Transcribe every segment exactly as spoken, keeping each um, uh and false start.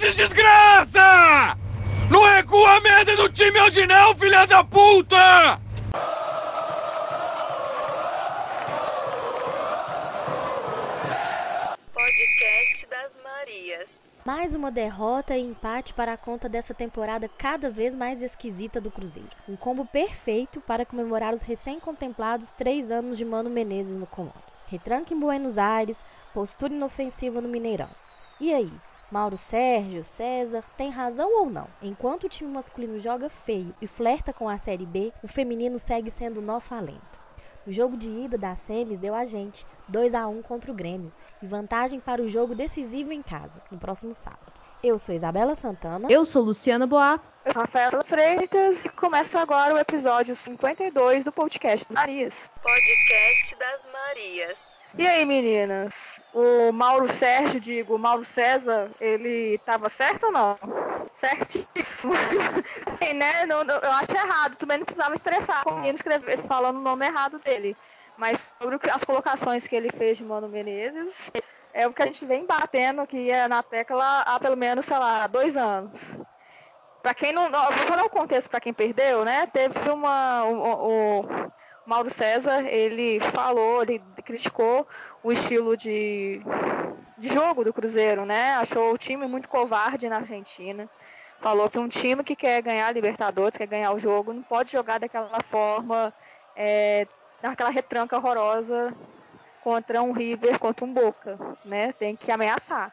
Menezes, desgraça! Não recua a merda do time hoje não, filha da puta! Podcast das Marias. Mais uma derrota e empate para a conta dessa temporada cada vez mais esquisita do Cruzeiro. Um combo perfeito para comemorar os recém-contemplados três anos de Mano Menezes no comando. Retranca em Buenos Aires, postura inofensiva no Mineirão. E aí, Mauro Sérgio, César, tem razão ou não? Enquanto o time masculino joga feio e flerta com a Série B, o feminino segue sendo nosso alento. O jogo de ida das semis deu a gente dois a um contra o Grêmio e vantagem para o jogo decisivo em casa, no próximo sábado. Eu sou Isabela Santana. Eu sou Luciana Boá. Eu sou Rafaela Freitas e começa agora o episódio cinquenta e dois do Podcast das Marias. Podcast das Marias. E aí, meninas? O Mauro Sérgio, digo, o Mauro César, ele tava certo ou não? Certíssimo. Assim, né? Não, não, eu acho errado. Também não precisava estressar com o menino escrever, falando o nome errado dele. Mas sobre as colocações que ele fez de Mano Menezes, é o que a gente vem batendo aqui na tecla há pelo menos, sei lá, dois anos. Para quem não. Vou só dar o contexto para quem perdeu, né? Teve uma. O, o Mauro César, ele falou, ele criticou o estilo de, de jogo do Cruzeiro, né? Achou o time muito covarde na Argentina. Falou que um time que quer ganhar a Libertadores, quer ganhar o jogo, não pode jogar daquela forma, é, naquela retranca horrorosa contra um River, contra um Boca, né? Tem que ameaçar.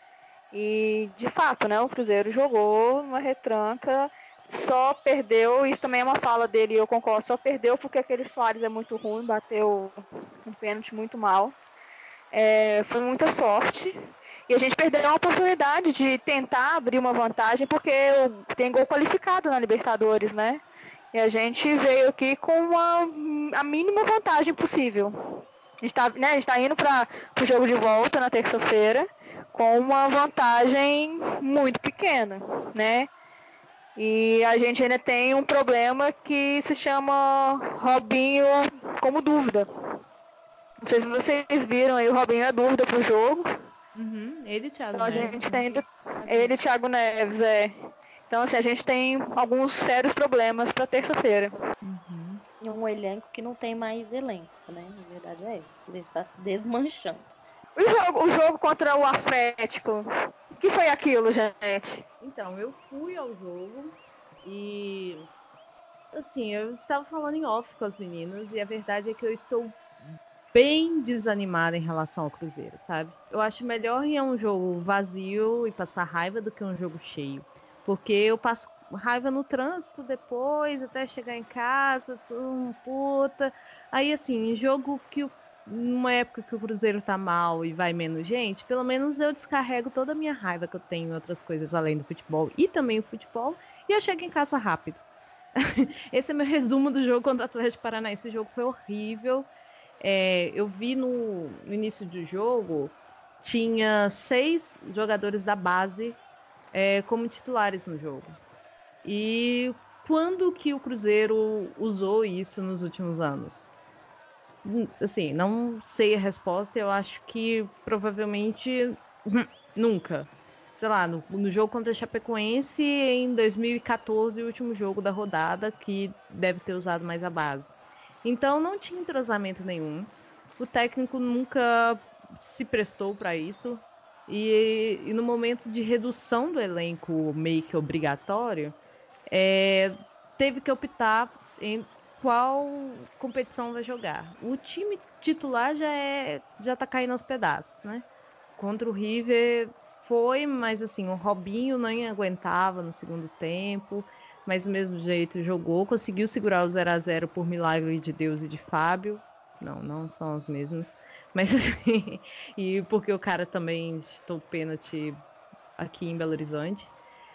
E, de fato, né, o Cruzeiro jogou numa retranca, só perdeu, isso também é uma fala dele, eu concordo, só perdeu porque aquele Soares é muito ruim, bateu um pênalti muito mal. É, foi muita sorte. E a gente perdeu a oportunidade de tentar abrir uma vantagem, porque tem gol qualificado na Libertadores, né? E a gente veio aqui com uma, a mínima vantagem possível. A gente está, né, a gente tá indo para o jogo de volta na terça-feira com uma vantagem muito pequena, né? E a gente ainda tem um problema que se chama Robinho como dúvida. Não sei se vocês viram aí, o Robinho é dúvida pro jogo. Uhum, ele e Thiago então, a Neves. gente tem ele e Thiago Neves, é. Então, assim, a gente tem alguns sérios problemas para terça-feira. Uhum. E um elenco que não tem mais elenco, né? Na verdade é isso, ele está se desmanchando. O jogo, o jogo contra o Atlético, o que foi aquilo, gente? Então, eu fui ao jogo e, assim, eu estava falando em off com as meninas e a verdade é que eu estou bem desanimada em relação ao Cruzeiro, sabe? Eu acho melhor ir a um jogo vazio e passar raiva do que um jogo cheio. Porque eu passo raiva no trânsito depois, até chegar em casa, um puta. Aí, assim, em jogo que, numa época que o Cruzeiro tá mal e vai menos gente, pelo menos eu descarrego toda a minha raiva que eu tenho em outras coisas além do futebol e também o futebol, e eu chego em casa rápido. Esse é meu resumo do jogo contra o Atlético Paranaense. Esse jogo foi horrível. É, eu vi no, no início do jogo, tinha seis jogadores da base é, como titulares no jogo. E quando que o Cruzeiro usou isso nos últimos anos? Assim, não sei a resposta, eu acho que provavelmente nunca. Sei lá, no, no jogo contra a Chapecoense em dois mil e catorze, o último jogo da rodada, que deve ter usado mais a base. Então não tinha entrosamento nenhum. O técnico nunca se prestou para isso. E, e no momento de redução do elenco meio que obrigatório, é, teve que optar em qual competição vai jogar. O time titular já é, já tá caindo aos pedaços, né? Contra o River foi, mas assim, o Robinho nem aguentava no segundo tempo. Mas do mesmo jeito jogou, conseguiu segurar o zero a zero por milagre de Deus e de Fábio. Não, não são os mesmos. Mas assim, e porque o cara também chutou pênalti aqui em Belo Horizonte.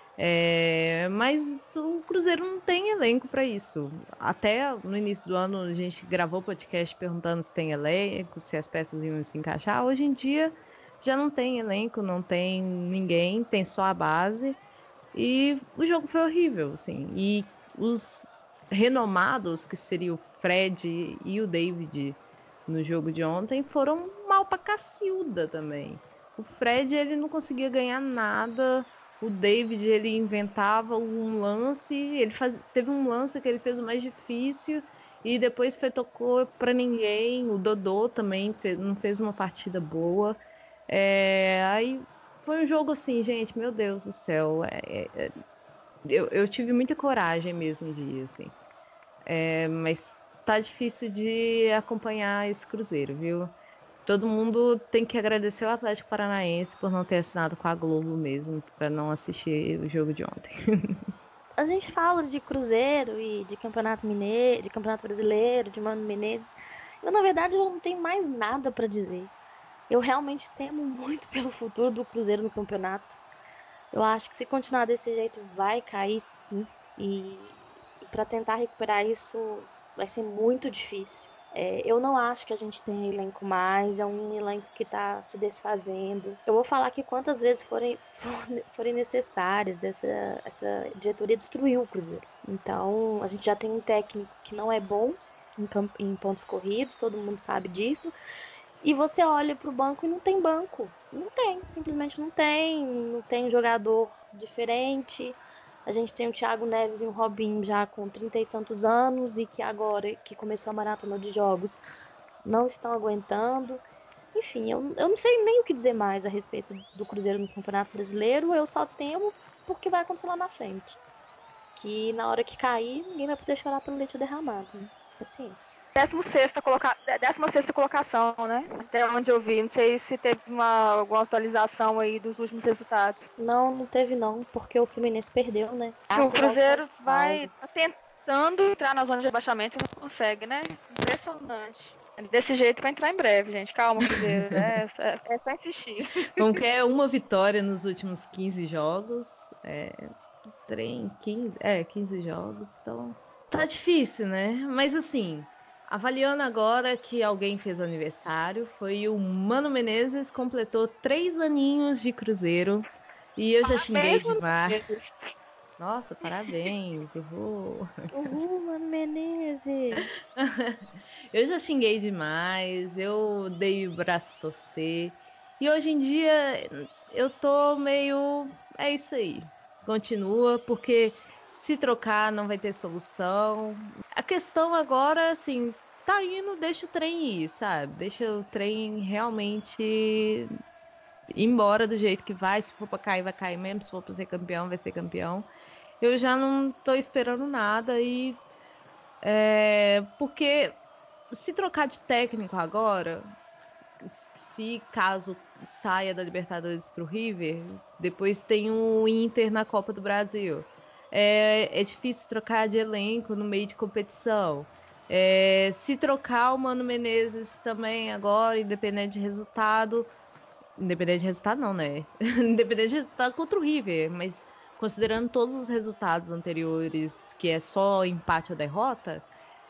É, mas o Cruzeiro não tem elenco para isso. Até no início do ano a gente gravou podcast perguntando se tem elenco, se as peças iam se encaixar. Hoje em dia já não tem elenco, não tem ninguém, tem só a base. E o jogo foi horrível, assim. E os renomados, que seria o Fred e o David no jogo de ontem, foram mal pra cacilda também. O Fred, ele não conseguia ganhar nada. o David, ele inventava um lance, ele faz, teve um lance que ele fez o mais difícil e depois foi, tocou para ninguém. O Dodô também fez, não fez uma partida boa. É, aí foi um jogo assim, gente, meu Deus do céu. É, é, eu, eu tive muita coragem mesmo de ir, assim. É, mas tá difícil de acompanhar esse Cruzeiro, viu? Todo mundo tem que agradecer o Atlético Paranaense por não ter assinado com a Globo mesmo, para não assistir o jogo de ontem. A gente fala de Cruzeiro e de Campeonato Mineiro, de Campeonato Brasileiro, de Mano Menezes. Eu, na verdade, eu não tenho mais nada para dizer. Eu realmente temo muito pelo futuro do Cruzeiro no campeonato. Eu acho que se continuar desse jeito vai cair sim. E, e para tentar recuperar isso vai ser muito difícil. É, eu não acho que a gente tem elenco mais, é um elenco que está se desfazendo. Eu vou falar aqui quantas vezes forem, forem necessárias. Essa, essa diretoria destruiu o Cruzeiro. Então a gente já tem um técnico que não é bom em, camp- em pontos corridos, todo mundo sabe disso. E você olha pro banco e não tem banco. Não tem, simplesmente não tem. Não tem jogador diferente. A gente tem o Thiago Neves e o Robinho já com trinta e tantos anos e que agora que começou a maratona de jogos não estão aguentando. Enfim, eu, eu não sei nem o que dizer mais a respeito do Cruzeiro no Campeonato Brasileiro. Eu só temo porque vai acontecer lá na frente. Que na hora que cair, ninguém vai poder chorar pelo leite derramado. Né? Paciência. décima sexta coloca... décima sexta colocação, né? Até onde eu vi. Não sei se teve uma, alguma atualização aí dos últimos resultados. Não, não teve não, porque o Fluminense perdeu, né? O Cruzeiro vai tá tentando entrar na zona de rebaixamento e não consegue, né? Impressionante. Desse jeito vai entrar em breve, gente. Calma, Cruzeiro. É, é, é só insistir. Como que é uma vitória nos últimos quinze jogos. É, trem, quinze, é, quinze jogos, então tá difícil, né? Mas assim, avaliando agora que alguém fez aniversário, foi o Mano Menezes, completou três aninhos de Cruzeiro e eu já xinguei demais. Nossa, parabéns, uhul. Uhul, Mano Menezes. Eu já xinguei demais, eu dei o braço a torcer. E hoje em dia eu tô meio. É isso aí. Continua, porque se trocar não vai ter solução. A questão agora, assim, tá indo, deixa o trem ir, sabe? Deixa o trem realmente ir embora do jeito que vai. Se for pra cair, vai cair mesmo. Se for pra ser campeão, vai ser campeão. Eu já não tô esperando nada e. É, porque se trocar de técnico agora, se caso saia da Libertadores pro River, depois tem o Inter na Copa do Brasil. É, é difícil trocar de elenco no meio de competição. É, se trocar o Mano Menezes também agora, independente de resultado. Independente de resultado, não, né? Independente de resultado contra o River, mas considerando todos os resultados anteriores, que é só empate ou derrota.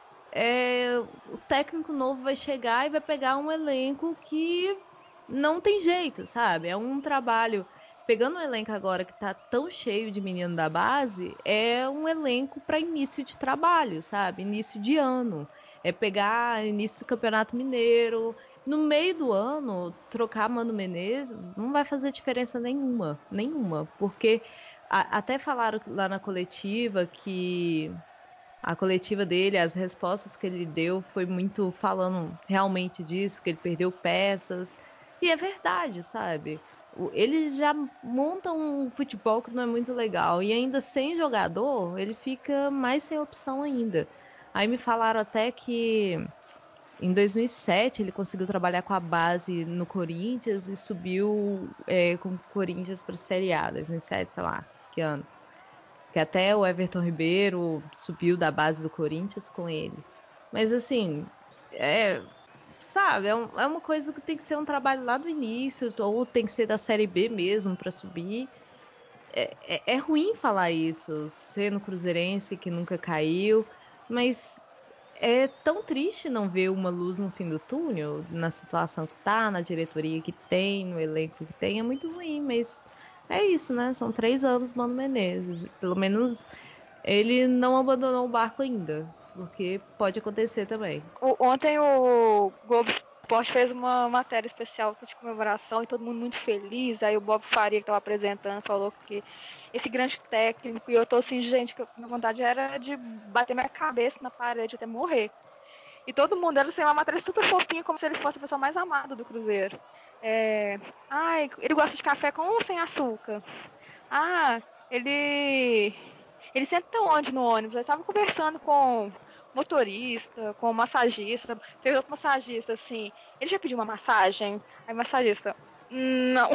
É, o técnico novo vai chegar e vai pegar um elenco que não tem jeito, sabe? É um trabalho. Pegando um elenco agora que tá tão cheio de menino da base, é um elenco para início de trabalho, sabe? Início de ano. É pegar início do Campeonato Mineiro. No meio do ano, trocar Mano Menezes não vai fazer diferença nenhuma. Nenhuma. Porque a, até falaram lá na coletiva que. A coletiva dele, as respostas que ele deu foi muito falando realmente disso, que ele perdeu peças. E é verdade, sabe? Ele já monta um futebol que não é muito legal. E ainda sem jogador, ele fica mais sem opção ainda. Aí me falaram até que em dois mil e sete ele conseguiu trabalhar com a base no Corinthians e subiu é, com o Corinthians para a Série A, dois mil e sete, sei lá, que ano. Que até o Everton Ribeiro subiu da base do Corinthians com ele. Mas assim, é, sabe, é, um, é uma coisa que tem que ser um trabalho lá do início, ou tem que ser da Série B mesmo para subir. É, é, é ruim falar isso, sendo cruzeirense que nunca caiu, mas é tão triste não ver uma luz no fim do túnel, na situação que tá, na diretoria que tem, no elenco que tem, é muito ruim, mas é isso, né? São três anos, Mano Menezes. Pelo menos ele não abandonou o barco ainda, porque pode acontecer também. O, ontem o Globo Esporte fez uma matéria especial de comemoração e todo mundo muito feliz. Aí o Bob Faria, que estava apresentando, falou que esse grande técnico, e eu tô assim, gente, que minha vontade era de bater minha cabeça na parede até morrer. E todo mundo era assim, uma matéria super fofinha, como se ele fosse a pessoa mais amada do Cruzeiro. É... Ai, ele gosta de café com ou sem açúcar? Ah, ele. Ele senta onde no ônibus? Eu estava conversando com motorista, com massagista, fez outro massagista, assim. Ele já pediu uma massagem? Aí massagista, não.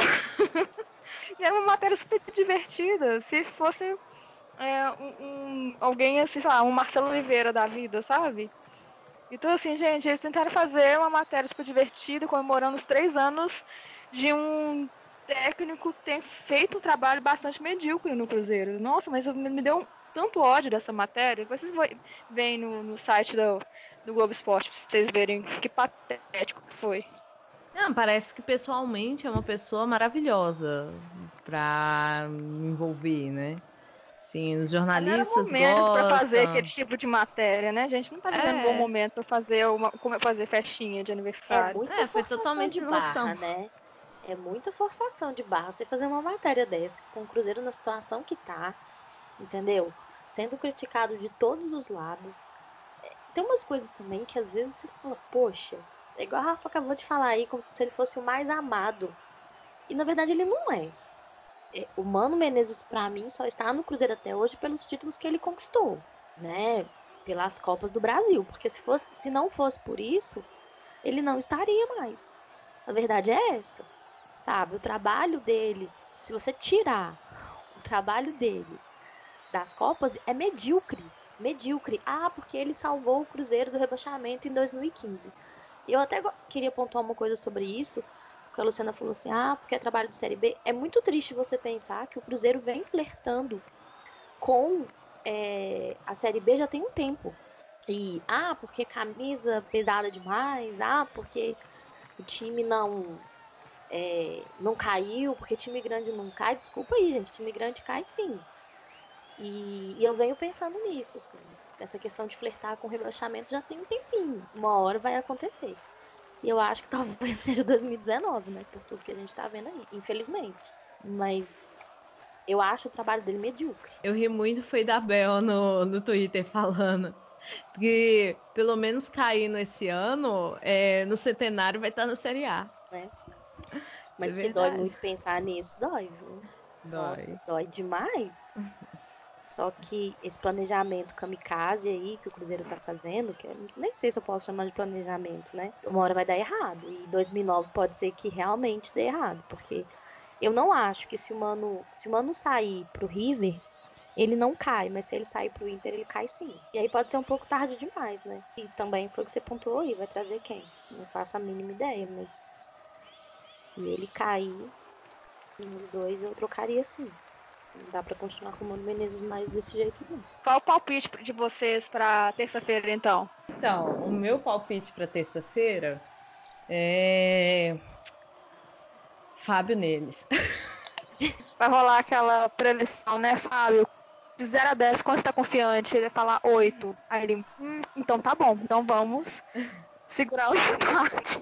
E era uma matéria super divertida. Se fosse é, um, um- alguém assim, sei lá, um Marcelo Oliveira da vida, sabe? Então, assim, gente, eles tentaram fazer uma matéria super divertida, comemorando os três anos de um técnico que tem feito um trabalho bastante medíocre no Cruzeiro. Nossa, mas me me deu um, tanto ódio dessa matéria. Vocês veem no, no site do, do Globo Esporte pra vocês verem que patético que foi. Não, parece que pessoalmente é uma pessoa maravilhosa pra me envolver, né? Sim, os Mas não era jornalistas momento pra fazer gostam. aquele tipo de matéria, né? A gente não tá vivendo um bom É, momento pra fazer uma, como fazer festinha de É aniversário. muita é, foi forçação totalmente de sem barra, noção. né? É muita forçação de barra você fazer uma matéria dessas, com o Cruzeiro na situação que tá, entendeu? Sendo criticado de todos os lados. Tem umas coisas também que às vezes você fala, poxa, é igual a Rafa acabou de falar aí, como se ele fosse o mais amado. E na verdade ele não é. É, o Mano Menezes, pra mim, só está no Cruzeiro até hoje pelos títulos que ele conquistou, né? Pelas Copas do Brasil. Porque se, fosse, se não fosse por isso, ele não estaria mais. A verdade é essa, sabe? O trabalho dele, se você tirar o trabalho dele das Copas, é medíocre. Medíocre. Ah, porque ele salvou o Cruzeiro do rebaixamento em dois mil e quinze. E eu até queria pontuar uma coisa sobre isso, porque a Luciana falou assim, ah, porque é trabalho de Série B. É muito triste você pensar que o Cruzeiro vem flertando com é, a Série B já tem um tempo. E, ah, porque camisa pesada demais, ah, porque o time não é, não caiu, porque time grande não cai. Desculpa aí, gente, time grande cai sim. E, e eu venho pensando nisso, assim. Essa questão de flertar com o rebaixamento já tem um tempinho. Uma hora vai acontecer. E eu acho que talvez seja dois mil e dezenove, né? Por tudo que a gente tá vendo aí, infelizmente. Mas eu acho o trabalho dele medíocre. Eu ri muito, foi da Bel no, no Twitter falando. Porque pelo menos caindo esse ano, é, no centenário vai estar na Série A. Né? Isso é Mas que dói verdade. muito pensar nisso, dói, viu? Nossa, Dói. dói demais. Só que esse planejamento kamikaze aí que o Cruzeiro tá fazendo, que eu nem sei se eu posso chamar de planejamento, né? Uma hora vai dar errado. E dois mil e nove pode ser que realmente dê errado. Porque eu não acho que se o Mano, se o Mano sair pro River, ele não cai. Mas se ele sair pro Inter, ele cai sim. E aí pode ser um pouco tarde demais, né? E também foi o que você pontuou aí. Vai trazer quem? Não faço a mínima ideia. Mas se ele cair nos dois, eu trocaria sim. Não dá pra continuar com o Mano Menezes mais desse jeito, não. Qual o palpite de vocês pra terça-feira, então? Então, o meu palpite para terça-feira é Fábio Neles. Vai rolar aquela preleção, né, Fábio? De zero a dez, quando você tá confiante? Ele vai falar oito. Aí ele, hum, então tá bom, então vamos segurar o empate.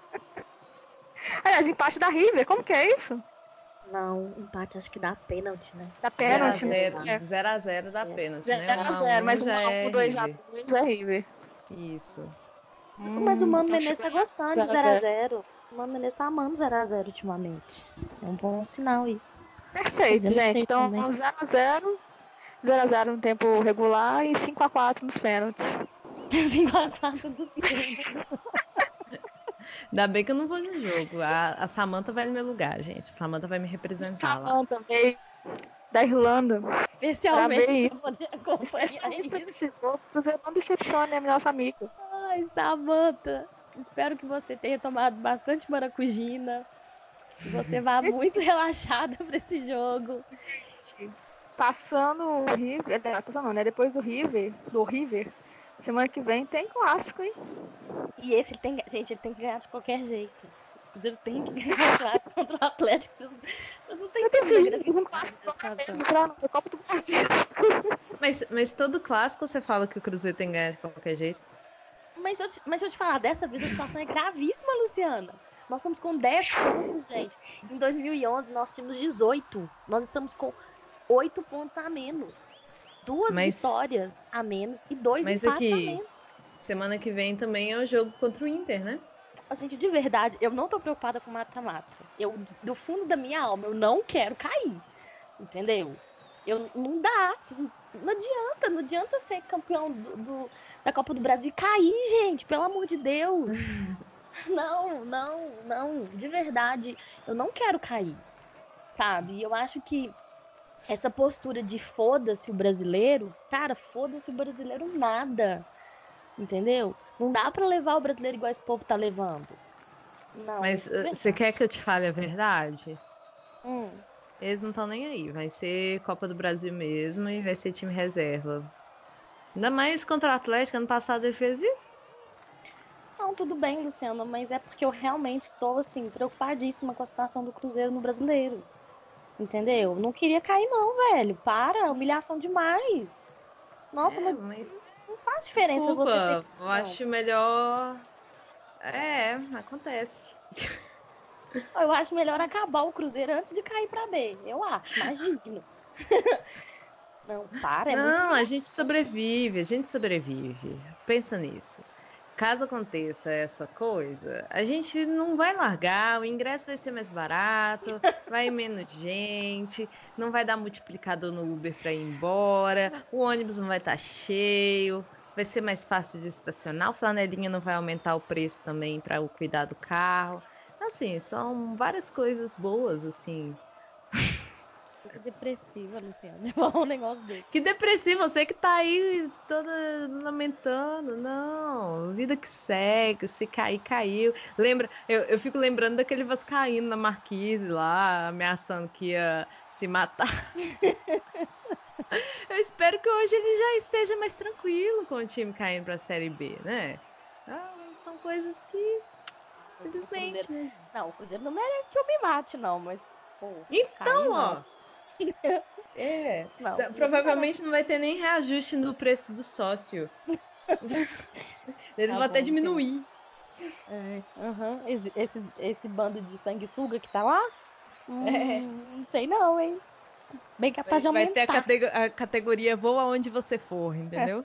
Aliás, empate da River, como que é isso? Não, empate acho que dá pênalti, né? Da pênalti, né? zero a zero dá É. pênalti, né? zero um a a zero, um mas um já a é um, dois a River. dois é River. Isso. Mas o Mano Hum, Menezes tá gostando de zero a zero. O Mano Menezes tá amando zero a zero ultimamente. É um bom sinal isso. Mas Perfeito, eu não gente. sei Então, também. zero a zero, zero a zero no tempo regular e cinco a quatro nos pênaltis. cinco a quatro dos pênaltis. Ainda bem que eu não vou no jogo. A, a Samanta vai no meu lugar, gente. A Samanta vai me representar lá. Samanta veio da Irlanda pra ver Especialmente pra isso. poder acompanhar Especialmente pra isso. esse jogo, pra você não decepcione a nossa amiga. Ai, Samanta. Espero que você tenha tomado bastante maracujina. Que você vá muito relaxada pra esse jogo. Gente, passando o River, é, passando não, né? Depois do River, do River, semana que vem tem clássico, hein? E esse ele tem, gente, ele tem que ganhar de qualquer jeito. O Cruzeiro tem que ganhar o clássico contra o Atlético. Você não, você não tem Eu tô entendendo a exigindo um gravidade clássico da pra situação. mesmo, pra pra Copa do Brasil. Mas, mas todo clássico você fala que o Cruzeiro tem que ganhar de qualquer jeito. Mas, eu te, mas deixa eu te falar, dessa vez a situação é gravíssima, Luciana. Nós estamos com dez pontos, gente. Em dois mil e onze nós tínhamos dezoito. Nós estamos com oito pontos a menos. Duas Mas- vitórias a menos e dois Mas empates a aqui, menos. semana que vem também é o jogo contra o Inter, né? Ó, gente, de verdade, eu não tô preocupada com mata-mata. Eu, do fundo da minha alma, eu não quero cair. Entendeu? Eu, não dá. Não adianta, não adianta ser campeão do, do- da Copa do Brasil e cair, gente, pelo amor de Deus. Não, não, não. De verdade, eu não quero cair. Sabe? E eu acho que essa postura de foda-se o brasileiro, cara, foda-se o brasileiro nada. Entendeu? Não dá pra levar o brasileiro igual esse povo tá levando. Não. Mas de uh, verdade. você quer que eu te fale a verdade? Hum. Eles não estão nem aí. Vai ser Copa do Brasil mesmo e vai ser time reserva. Ainda mais contra o Atlético. Ano passado ele fez isso. Não, tudo bem, Luciana, mas é porque eu realmente estou, assim, preocupadíssima com a situação do Cruzeiro no brasileiro. Entendeu? Não queria cair, não, velho. Para, humilhação demais. Nossa, É, não, mas não faz diferença você ser desculpa, eu campeão. acho melhor. É, acontece. Eu acho melhor acabar o Cruzeiro antes de cair pra B. Eu acho, mais digno. Não, para, é muito Não, a humilhação. gente sobrevive, a gente sobrevive. Pensa nisso. Caso aconteça essa coisa, a gente não vai largar, o ingresso vai ser mais barato, vai ir menos gente, não vai dar multiplicador no Uber para ir embora, o ônibus não vai estar cheio, vai ser mais fácil de estacionar, o flanelinha não vai aumentar o preço também para o cuidar do carro. Assim, são várias coisas boas, assim. Que depressiva, Luciana, de falar um negócio desse. Que depressivo, você que tá aí toda lamentando. Não, vida que segue, se cair, caiu. Lembra, eu, eu fico lembrando daquele vascaíno na Marquise lá, ameaçando que ia se matar. Eu espero que hoje ele já esteja mais tranquilo com o time caindo pra Série B, né? Ah, são coisas que, simplesmente, Cruzeiro- né? Não, o Cruzeiro não merece que eu me mate, não, mas. Pô, Então, cair, ó. não. É, Não, tá- provavelmente não vai ter nem reajuste no preço do sócio. Eles Tá vão até bom, diminuir. É, aham. Esse, esse, esse bando de sanguessuga que tá lá? Hum, É. Não sei não, hein? Bem capaz de Vai, vai ter a, aumentar. catego- a categoria voa onde você for, entendeu?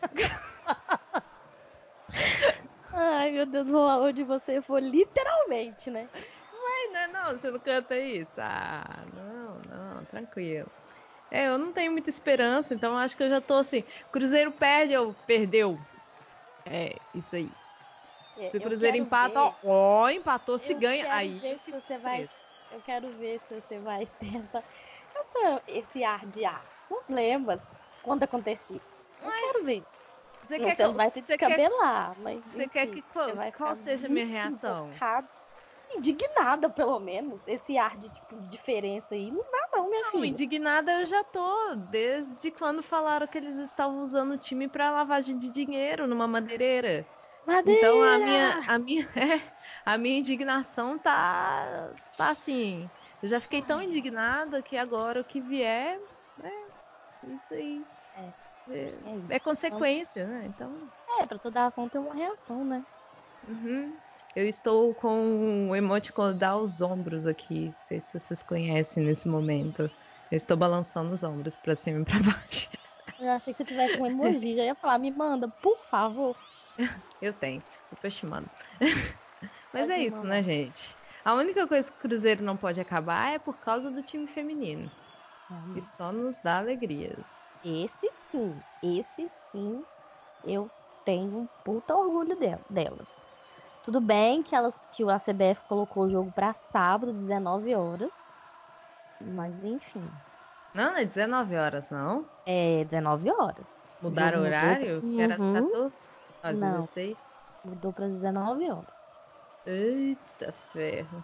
Ai, meu Deus, vou aonde você for, literalmente, né? Ai, não, não, você não canta isso. Ah, não, não, tranquilo. É, eu não tenho muita esperança, então acho que eu já tô assim. Cruzeiro perde ou perdeu? É, isso aí. É, Se o eu Cruzeiro quero empata, ver- ó, ó, empatou, se eu ganha, quero aí ver eu se fico você vai. surpresa. Eu quero ver se você vai ter essa, essa, esse ar de ah, problemas quando acontecer. Eu quero ver. Você Não, quer que você eu- não vai se você quer, descabelar, mas você enfim, quer que qual, você vai qual ficar seja a minha muito reação? invocado. Indignada, pelo menos. Esse ar de, tipo, de diferença aí. Não dá, não, minha Não, filha. indignada eu já tô, desde quando falaram que eles estavam usando o time para lavagem de dinheiro numa madeireira. Então a minha, Madeira! a minha, é, a minha indignação tá, tá assim. Eu já fiquei tão indignada que agora o que vier, é isso aí. É, É, é isso. é consequência, né? Então, É, pra toda ação tem uma reação, né? uhum. Eu estou com o emoticon dar os ombros aqui. Não sei se vocês conhecem nesse momento. Eu estou balançando os ombros pra cima e pra baixo. Eu achei que você tivesse um emoji. Já ia falar, me manda, por favor. Eu tenho, depois te mando. Mas Pode é me isso, mandar. né, gente? A única coisa que o Cruzeiro não pode acabar é por causa do time feminino. E só nos dá alegrias. Esse sim, esse sim, eu tenho um puta orgulho del- delas. Tudo bem que, elas, que a C B F colocou o jogo pra sábado, dezenove horas. Mas enfim, Não, não é dezenove horas, não. é dezenove horas. O Mudaram jogo o mudou pra... horário? Que era às Uhum. quatorze? Às Não, dezesseis? mudou para dezenove horas. Eita ferro.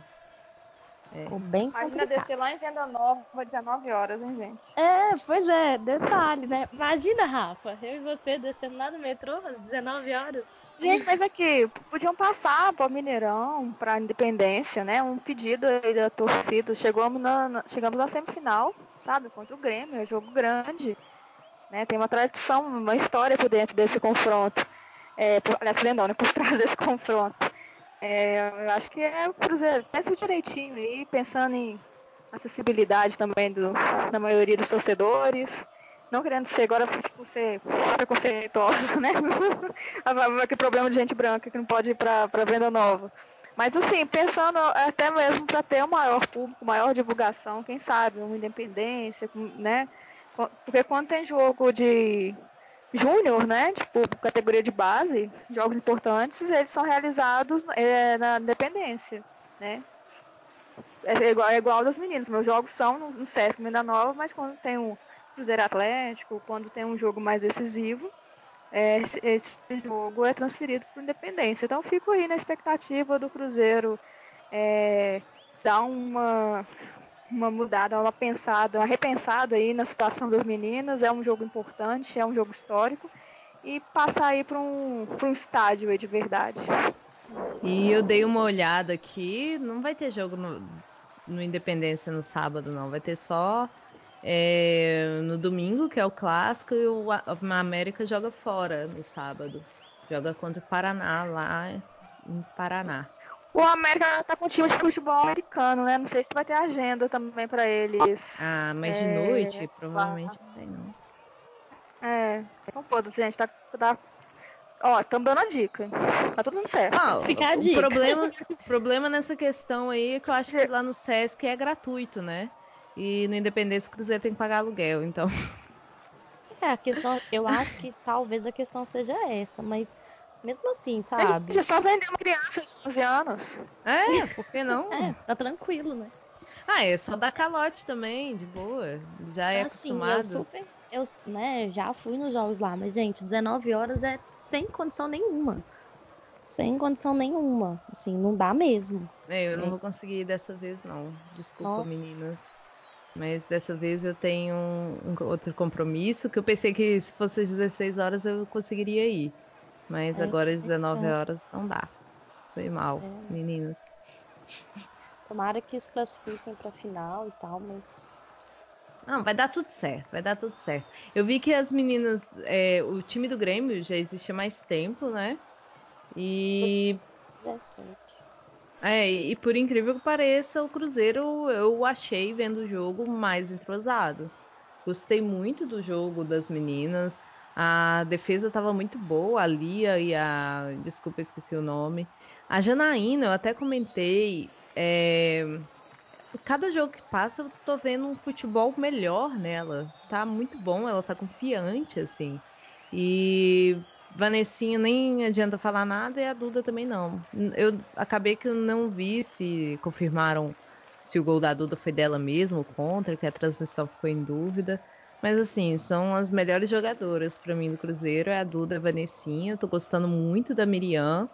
É. Ficou bem Imagina complicado. descer lá em Venda Nova, dezenove horas, hein, gente? É, pois é, detalhe, né? Imagina, Rafa, eu e você descendo lá no metrô às dezenove horas. Gente, mas aqui, podiam passar para Mineirão, para Independência, né? Um pedido aí da torcida. Chegamos na, na- chegamos na semifinal, sabe? Contra o Grêmio, é um jogo grande, né? Tem uma tradição, uma história por dentro desse confronto. É, por, aliás, por dentro não, né? Por trás desse confronto. É, eu acho que é o Cruzeiro. Pensa direitinho aí, pensando em acessibilidade também do, da maioria dos torcedores. Não querendo ser agora, tipo, ser preconceituosa, né? Que problema de gente branca que não pode ir para Venda Nova. Mas assim, pensando até mesmo para ter um maior público, maior divulgação, quem sabe, uma independência, né? Porque quando tem jogo de júnior, né? Tipo, categoria de base, jogos importantes, eles são realizados é, na Independência, né? É igual, é igual das meninas. Meus jogos são no, no Sesc Venda Nova, mas quando tem um Cruzeiro Atlético, quando tem um jogo mais decisivo, é, esse, esse jogo é transferido para Independência. Então, fico aí na expectativa do Cruzeiro é, dar uma, uma mudada, uma pensada, uma repensada aí na situação das meninas. É um jogo importante, é um jogo histórico. E passar aí para um, para um estádio aí de verdade. E eu dei uma olhada aqui, não vai ter jogo no, no Independência no sábado, não. Vai ter só é, no domingo, que é o clássico, e o a América joga fora no sábado. Joga contra o Paraná, lá em Paraná. O América tá com um time de futebol americano, né? Não sei se vai ter agenda também para eles. Ah, mas de é... noite, provavelmente não tem, não. É, então foda-se, gente, tá... tá... Ó, estamos dando a dica. Tá tudo dando certo. Ah, Fica a o dica. problema, problema nessa questão aí é que eu acho que lá no Sesc é gratuito, né? E no Independência o Cruzeiro tem que pagar aluguel, então... É, a questão, eu acho que talvez a questão seja essa, mas mesmo assim, sabe? Gente, é só vender uma criança de onze anos. É, por que não? É, tá tranquilo, né? Ah, é só dar calote também, de boa. Já é Assim, eu acostumado. super, eu, né, já fui nos jogos lá, mas gente, dezenove horas é sem condição nenhuma. Sem condição nenhuma, assim, não dá mesmo. É, eu não É. vou conseguir ir dessa vez, não. Desculpa, Nossa. meninas. Mas dessa vez eu tenho um, um outro compromisso, que eu pensei que se fosse às dezesseis horas eu conseguiria ir. Mas É, agora às dezenove então, horas não dá. Foi mal, é. meninas. Tomara que se classifiquem pra final e tal, mas Não, vai dar tudo certo, vai dar tudo certo. Eu vi que as meninas, é, o time do Grêmio já existe há mais tempo, né? E dezessete. É, e por incrível que pareça, o Cruzeiro eu achei vendo o jogo mais entrosado. Gostei muito do jogo das meninas. A defesa estava muito boa, a Lia e a. Desculpa, esqueci o nome. A Janaína, eu até comentei. é, Cada jogo que passa, eu tô vendo um futebol melhor nela. Tá muito bom, ela tá confiante, assim. E Vanessinha nem adianta falar nada e a Duda também não. Eu acabei que eu não vi se confirmaram se o gol da Duda foi dela mesmo contra, que a transmissão ficou em dúvida. Mas assim, são as melhores jogadoras para mim do Cruzeiro, é a Duda e a Vanessinha. Eu tô gostando muito da Miriam.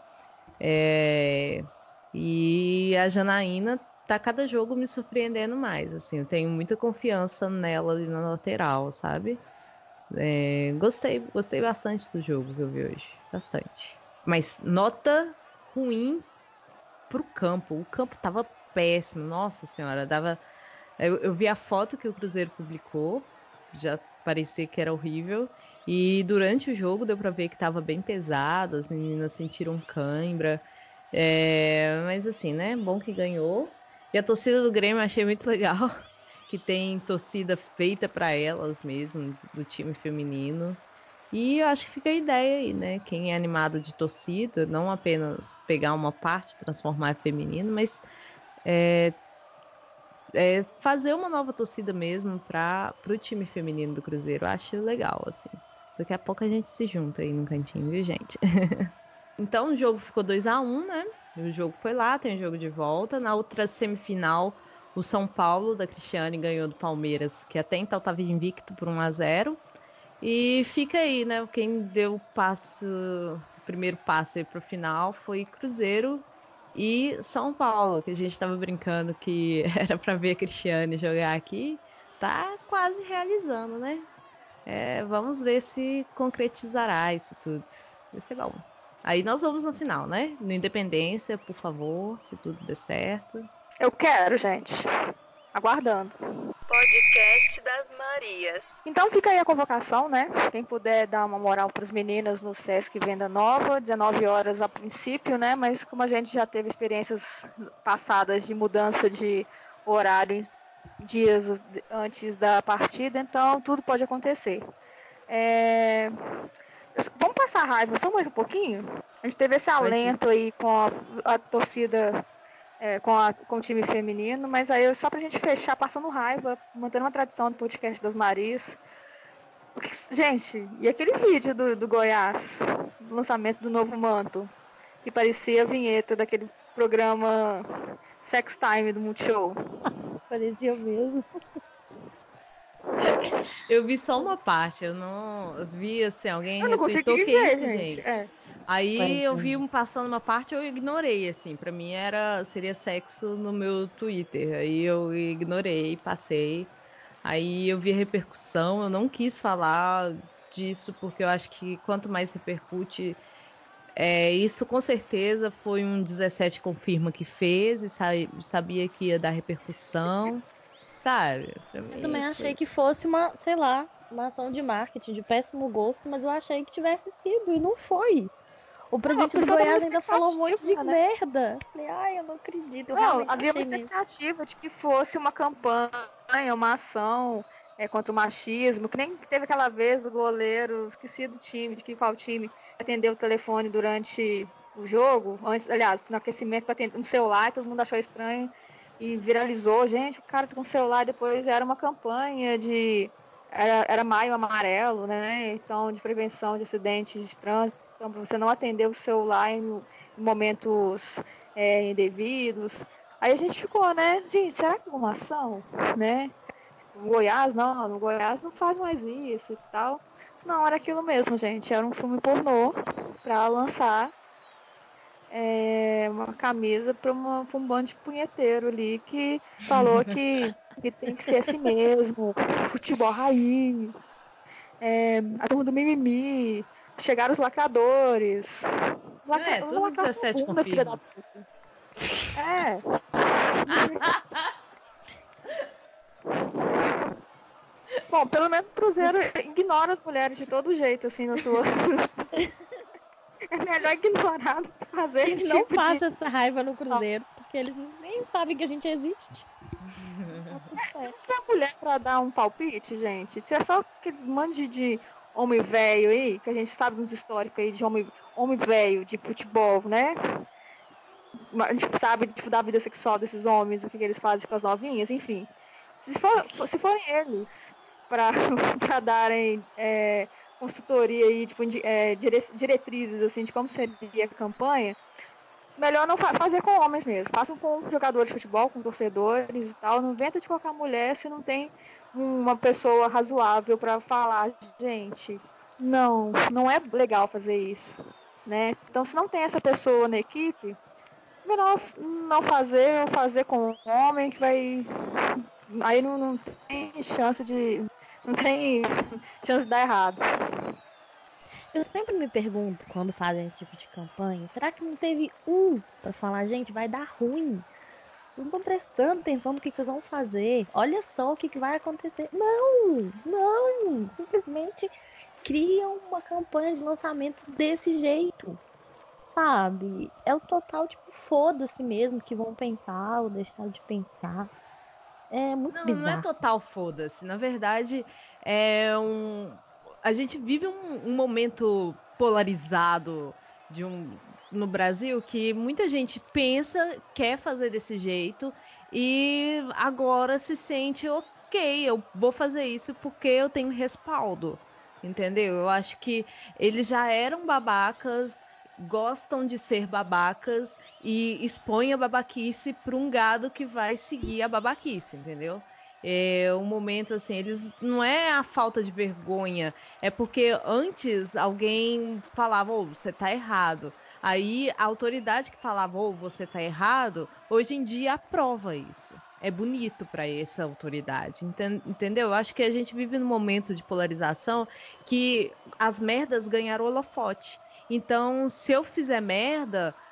É... E a Janaína tá cada jogo me surpreendendo mais, assim, eu tenho muita confiança nela ali na lateral, sabe? É, gostei, gostei bastante do jogo que eu vi hoje, bastante. Mas nota ruim pro campo, o campo tava péssimo, nossa senhora, dava... Eu, eu vi a foto que o Cruzeiro publicou, já parecia que era horrível, e durante o jogo deu pra ver que tava bem pesado, as meninas sentiram cãibra, é, mas assim, né, bom que ganhou. E a torcida do Grêmio eu achei muito legal, que tem torcida feita para elas mesmo, do time feminino. E eu acho que fica a ideia aí, né? Quem é animado de torcida, não apenas pegar uma parte, transformar em feminino, mas é, é fazer uma nova torcida mesmo para o time feminino do Cruzeiro. Eu acho legal, assim. Daqui a pouco a gente se junta aí no cantinho, viu, gente? Então o jogo ficou dois a um, né? O jogo foi lá, tem o jogo de volta. Na outra semifinal, o São Paulo da Cristiane ganhou do Palmeiras, que até então estava invicto por um a zero. E fica aí, né? Quem deu o passo, o primeiro passo aí pro final foi Cruzeiro e São Paulo, que a gente estava brincando que era para ver a Cristiane jogar aqui. Tá quase realizando, né? É, vamos ver se concretizará isso tudo. Vai ser bom. Aí nós vamos no final, né? No Independência, por favor, se tudo der certo. Eu quero, gente. Aguardando. Podcast das Marias. Então fica aí a convocação, né? Quem puder dar uma moral para as meninas no Sesc Venda Nova, dezenove horas a princípio, né? Mas como a gente já teve experiências passadas de mudança de horário dias antes da partida, então tudo pode acontecer. É... Vamos passar a raiva só mais um pouquinho? A gente teve esse alento aí com a, a torcida, é, com, a, com o time feminino, mas aí só pra gente fechar passando raiva, mantendo uma tradição do podcast das Marias. Porque, gente, e aquele vídeo do, do Goiás, do lançamento do novo manto, que parecia a vinheta daquele programa Sex Time do Multishow? Parecia mesmo. Eu vi só uma parte, eu não eu vi assim, alguém Eu não retweetou consegui que ver, isso, gente. gente. É. Aí Parecia. eu vi um passando uma parte, eu ignorei, assim, pra mim era seria sexo no meu Twitter. Aí eu ignorei, passei. Aí eu vi a repercussão, eu não quis falar disso porque eu acho que quanto mais repercute, é, isso com certeza foi um dezessete confirma que fez e sa- sabia que ia dar repercussão, sabe? Pra mim Eu também achei foi que fosse uma, sei lá, uma ação de marketing de péssimo gosto, mas eu achei que tivesse sido e não foi. O presidente o do pessoal tava Goiás na ainda falou um monte de expectativa, né? merda. Falei, ai, eu não acredito, eu Não, realmente havia uma achei mesmo. expectativa de que fosse uma campanha, uma ação é, contra o machismo, que nem teve aquela vez do goleiro, esqueci do time, de que qual time, atendeu o telefone durante o jogo, antes, aliás, no aquecimento, atender um celular, todo mundo achou estranho e viralizou. Gente, o cara tá com o celular, depois era uma campanha de. Era, era maio amarelo, né? Então, de prevenção de acidentes de trânsito. Então, para você não atender o celular em, em momentos é, indevidos. Aí a gente ficou, né? Gente, será que é uma ação? Né? No Goiás, não, no Goiás não faz mais isso e tal. Não, era aquilo mesmo, gente. Era um filme pornô para lançar é, uma camisa para um bando de punheteiro ali que falou que, que tem que ser assim mesmo. Futebol raiz. É, a turma do mimimi. Chegaram os lacradores. Lacra... É, Vamos tudo lacrar sua dezessete bunda, filha da confirma. puta. É. Bom, pelo menos o Cruzeiro ignora as mulheres de todo jeito, assim, na sua. É melhor ignorar do que fazer A esse gente não tipo passa de. essa raiva no Cruzeiro, porque eles nem sabem que a gente existe. Tá tudo É, se não certo. tiver mulher pra dar um palpite, gente, se é só aqueles monte de homem velho aí, que a gente sabe nos históricos aí de homem, homem velho de futebol, né? A gente sabe tipo, da vida sexual desses homens, o que, que eles fazem com as novinhas, enfim. Se, for, se forem eles para darem é, consultoria aí, tipo, é, diretrizes assim, de como seria a campanha, melhor não fa fazer com homens mesmo. Façam com jogadores de futebol, com torcedores e tal. Não inventa de colocar mulher se não tem uma pessoa razoável para falar, gente, não, não é legal fazer isso, né? Então, se não tem essa pessoa na equipe, melhor não fazer ou fazer com um homem que vai. Aí não, não tem chance de. Não tem chance de dar errado. Eu sempre me pergunto, quando fazem esse tipo de campanha, será que não teve um pra falar, gente, vai dar ruim? Vocês não estão prestando atenção no que vocês vão fazer. Olha só o que, que vai acontecer. Não, não. Simplesmente criam uma campanha de lançamento desse jeito. Sabe? É o total, tipo, foda-se mesmo que vão pensar ou deixar de pensar. É muito Não, não é bizarro. total foda-se. Na verdade, é um. A gente vive um, um momento polarizado de um no Brasil que muita gente pensa, quer fazer desse jeito e agora se sente ok, eu vou fazer isso porque eu tenho respaldo. Entendeu? Eu acho que eles já eram babacas, gostam de ser babacas e expõem a babaquice para um gado que vai seguir a babaquice, entendeu? É um momento assim, eles não é a falta de vergonha, é porque antes alguém falava, ô, você tá errado. Aí a autoridade que falava, ô, você tá errado, hoje em dia aprova isso. É bonito para essa autoridade, entendeu? Eu acho que a gente vive num momento de polarização que as merdas ganharam holofote. Então, se eu fizer merda,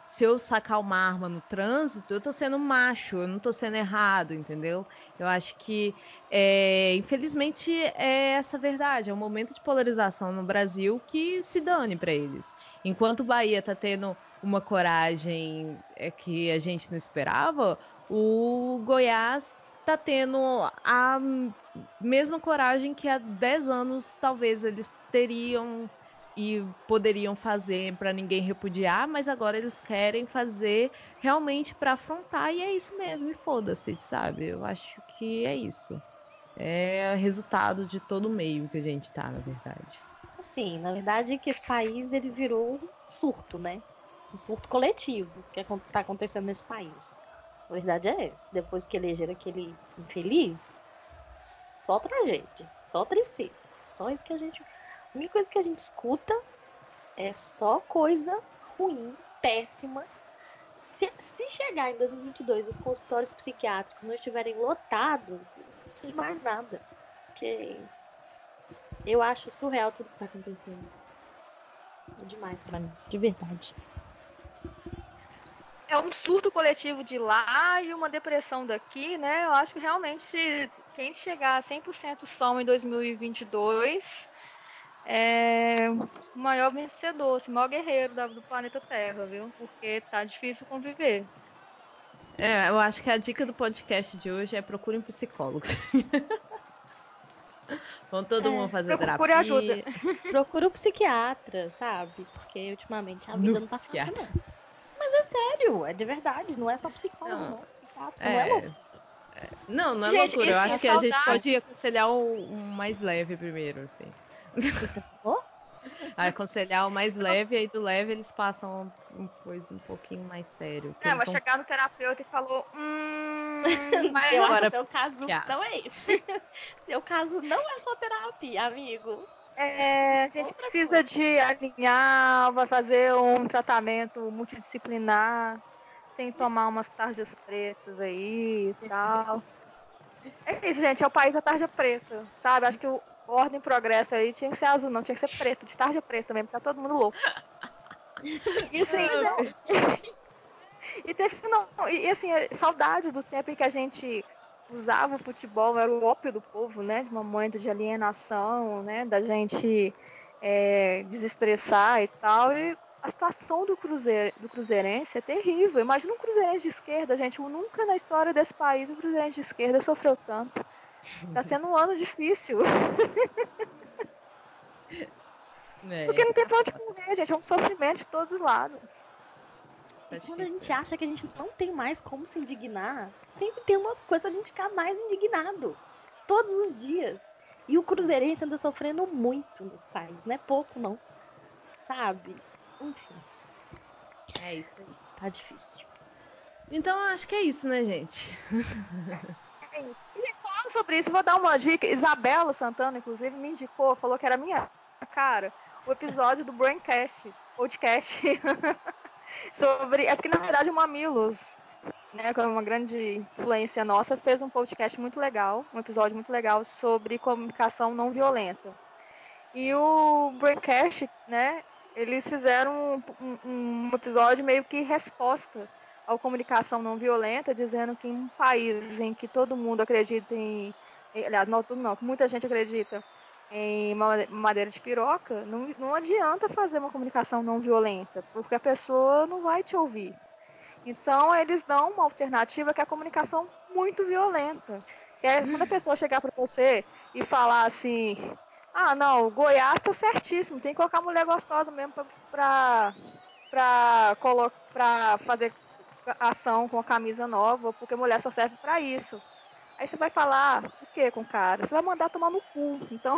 se eu sacar uma arma no trânsito, eu tô sendo macho, eu não tô sendo errado, entendeu? Eu acho que, é, infelizmente, é essa a verdade. É um momento de polarização no Brasil que se dane pra eles. Enquanto o Bahia tá tendo uma coragem é, que a gente não esperava, o Goiás tá tendo a mesma coragem que há dez anos talvez eles teriam e poderiam fazer para ninguém repudiar, mas agora eles querem fazer realmente para afrontar e é isso mesmo, e foda-se, sabe? Eu acho que é isso. É resultado de todo o meio que a gente tá, na verdade. Assim, na verdade, que esse país ele virou um surto, né? Um surto coletivo que está acontecendo nesse país. A verdade é essa. Depois que elegeram aquele infeliz, só tragédia, só tristeza. Só isso que a gente. A única coisa que a gente escuta é só coisa ruim, péssima. Se, se chegar em dois mil e vinte e dois os consultórios psiquiátricos não estiverem lotados, não precisa de mais nada. Porque eu acho surreal tudo que tá acontecendo. É demais pra mim, de verdade. É um surto coletivo de lá e uma depressão daqui, né? Eu acho que realmente quem chegar a cem por cento são em dois mil e vinte e dois é o maior vencedor, assim, o maior guerreiro da- do planeta Terra, viu? Porque tá difícil conviver. É, eu acho que a dica do podcast de hoje é procure um psicólogo. Vamos todo mundo É, fazer Procure ajuda. terapia procura um psiquiatra, sabe? Porque ultimamente a no vida não tá fácil, psiquiatra. não. Mas é sério, é de verdade. Não é só psicólogo, Não, não. Psiquiatra não é é, louco. não, não é Gente, loucura. e Eu assim, acho a que a gente saudade. pode aconselhar o, um mais leve primeiro, assim. O que você falou? Aconselhar o mais leve, aí do leve eles passam uma coisa um pouquinho mais sério. Que Não, eles vai vão chegar no terapeuta e falou: Hum, Mas eu acho agora que seu caso psiquiatra. não é esse. Seu caso não é só terapia, amigo. é, a gente Outra precisa coisa. de alinhar, vai fazer um tratamento multidisciplinar, tem que tomar umas tarjas pretas aí e tal. É isso, gente, é o país da tarja preta, sabe? Acho que o Ordem e Progresso aí tinha que ser azul, não, tinha que ser preto, de tarja preta mesmo, tá todo mundo louco. E assim, Pois é. e teve, não, e, e assim, saudades do tempo em que a gente usava o futebol, era o ópio do povo, né? De momento de alienação, né? Da gente é, desestressar e tal. E a situação do, cruzeiro, do cruzeirense é terrível. Imagina um cruzeirense de esquerda, gente. Nunca na história desse país o cruzeirense de esquerda sofreu tanto. Tá sendo um ano difícil. Porque É, não tem pra onde correr, gente. É um sofrimento de todos os lados. tá E quando a difícil gente mesmo. acha que a gente não tem mais como se indignar, sempre tem uma coisa pra gente ficar mais indignado. Todos os dias. E o cruzeirense anda sofrendo muito nesse país. Não é pouco, não. Sabe? Enfim, É isso aí. tá difícil. Então, acho que é isso, né, gente? É isso. E, gente, falando sobre isso, vou dar uma dica. Isabela Santana, inclusive, me indicou, falou que era minha cara, o episódio do Braincast, podcast, sobre. É porque, na verdade, o Mamilos, né, que é uma grande influência nossa, fez um podcast muito legal, um episódio muito legal sobre comunicação não violenta. E o Braincast, né, eles fizeram um, um, um episódio meio que resposta à comunicação não violenta, dizendo que em um país em que todo mundo acredita em. Aliás, não tudo não, que muita gente acredita em madeira de piroca, não, não adianta fazer uma comunicação não violenta, porque a pessoa não vai te ouvir. Então, eles dão uma alternativa que é a comunicação muito violenta. É quando a pessoa chegar para você e falar assim: ah, não, o Goiás tá certíssimo, tem que colocar mulher gostosa mesmo para para para fazer ação com a camisa nova, porque mulher só serve para isso. Aí você vai falar o que com o cara? Você vai mandar tomar no cu. Então,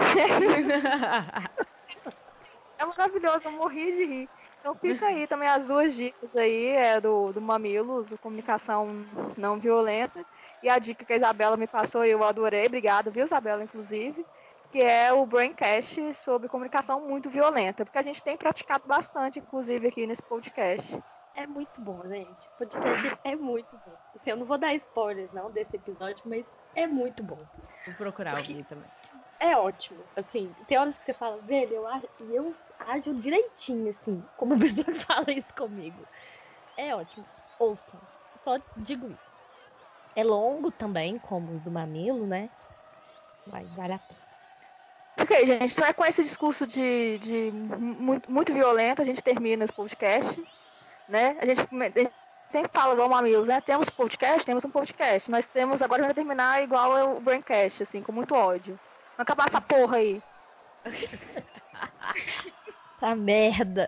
é maravilhoso, eu morri de rir. Então fica aí também as duas dicas aí, é do, do Mamilos, comunicação não violenta, e a dica que a Isabela me passou e eu adorei, obrigada, viu, Isabela, inclusive, que é o Braincast sobre comunicação muito violenta, porque a gente tem praticado bastante, inclusive, aqui nesse podcast. É muito bom, gente. O podcast é muito bom. Assim, eu não vou dar spoilers, não, desse episódio, mas é muito bom. Vou procurar ouvir também. É ótimo. Assim, tem horas que você fala, velho, eu, eu ajo direitinho, assim, como a pessoa que fala isso comigo. é ótimo. Ouçam. Só digo isso. É longo também, como o do Mamilo, né? Mas vale a pena. Ok, gente, então é com esse discurso de, de muito, muito violento, a gente termina esse podcast, né? A gente, a gente sempre fala igual Mamilos, né? Temos podcast, temos um podcast. Nós temos, agora vai terminar igual o Braincast, assim, com muito ódio. Vamos acabar essa porra aí. Essa merda.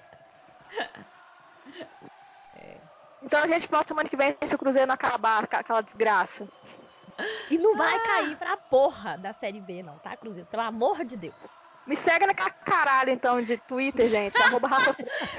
É. Então a gente volta semana que vem se o Cruzeiro não acabar com aquela desgraça. E não vai ah. cair pra porra da Série B, não, tá, Cruzeiro? Pelo amor de Deus. Me segue naquela caralho, então, de Twitter, gente. arroba Rafa.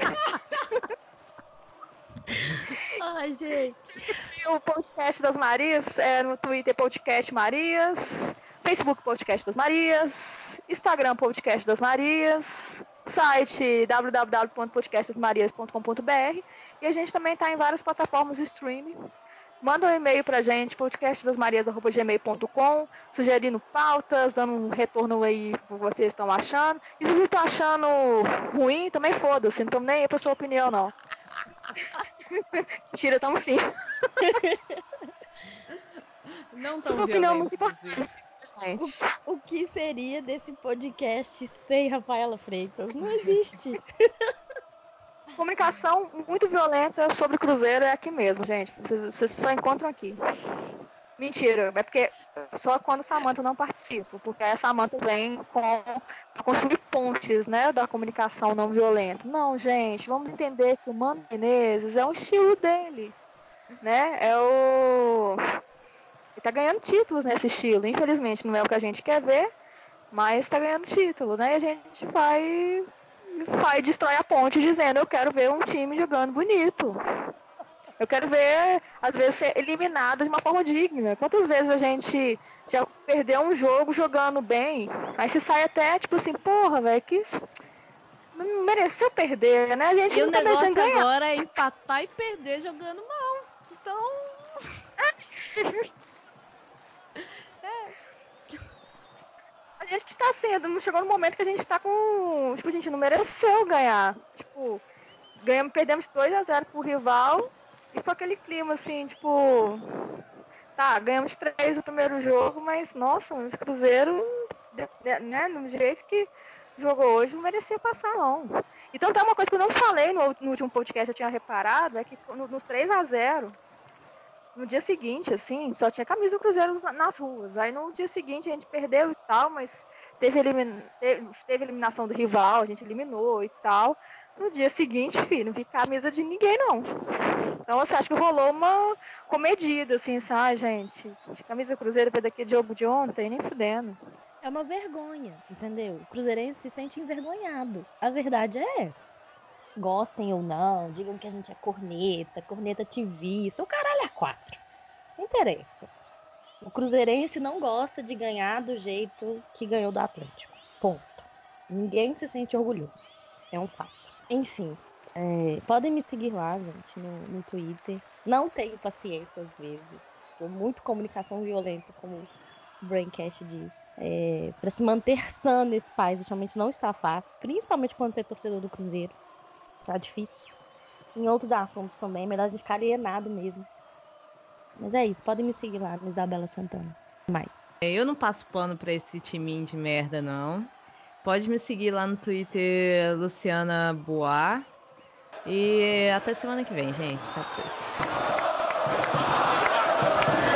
Ai, gente. E o podcast das Marias é no Twitter Podcast Marias, Facebook Podcast das Marias, Instagram Podcast das Marias, site w w w ponto podcast das marias ponto com ponto b r e a gente também tá em várias plataformas de streaming. Manda um e-mail pra gente, podcastdasmarias arroba gmail ponto com, sugerindo pautas, dando um retorno aí o que vocês estão achando. E se vocês estão achando ruim, também foda-se, não estamos nem aí pra sua opinião, não. Mentira, estamos sim. Não tão sua opinião é muito importante, gente. O, o que seria desse podcast sem Rafaela Freitas? Não existe. Comunicação muito violenta sobre Cruzeiro é aqui mesmo, gente. Vocês, vocês só encontram aqui. Mentira, é porque só quando Samantha não participa, porque a Samantha vem com para construir pontes, né, da comunicação não violenta. Não, gente, vamos entender que o Mano Menezes é o estilo dele, né? É o ele tá ganhando títulos nesse estilo. Infelizmente não é o que a gente quer ver, mas tá ganhando título, né? E a gente vai vai destrói a ponte dizendo eu quero ver um time jogando bonito. Eu quero ver, às vezes, ser eliminado de uma forma digna. Quantas vezes a gente já perdeu um jogo jogando bem, aí se sai até, tipo assim, porra, velho, que não mereceu perder, né? A gente e não o tá negócio ganhar. Agora é empatar e perder jogando mal. Então... é. A gente tá assim, chegou no momento que a gente tá com... Tipo, a gente não mereceu ganhar. Tipo, ganhamos, perdemos dois a zero pro rival... E foi aquele clima assim, tipo... Tá, ganhamos três no primeiro jogo, mas, nossa, o Cruzeiro, né, no jeito que jogou hoje, não merecia passar, não. Então, tá uma coisa que eu não falei no, no último podcast, eu tinha reparado, é que no, nos três a zero, no dia seguinte, assim, só tinha camisa do Cruzeiro nas ruas. Aí, no dia seguinte, a gente perdeu e tal, mas teve, elimin... teve, teve eliminação do rival, a gente eliminou e tal. No dia seguinte, filho, não vi camisa de ninguém, não. Então, você acha que rolou uma comedida, assim, sabe, gente? De camisa Cruzeiro para daquele jogo de ontem, nem fudendo. É uma vergonha, entendeu? O cruzeirense se sente envergonhado. A verdade é essa. Gostem ou não, digam que a gente é corneta, corneta ativista, o caralho é quatro. Não interessa. O cruzeirense não gosta de ganhar do jeito que ganhou do Atlético. Ponto. Ninguém se sente orgulhoso. É um fato. Enfim, é, podem me seguir lá, gente, no, no Twitter. Não tenho paciência às vezes. Tô muito comunicação violenta, como o Braincast diz. É, para se manter sã nesse país, ultimamente não está fácil. Principalmente quando você é torcedor do Cruzeiro. Tá difícil. Em outros assuntos também, é melhor a gente ficar alienado mesmo. Mas é isso, podem me seguir lá no Isabela Santana. Mais. Eu não passo pano pra esse timinho de merda, não. Pode me seguir lá no Twitter, Luciana Boa. E até semana que vem, gente. Tchau pra vocês.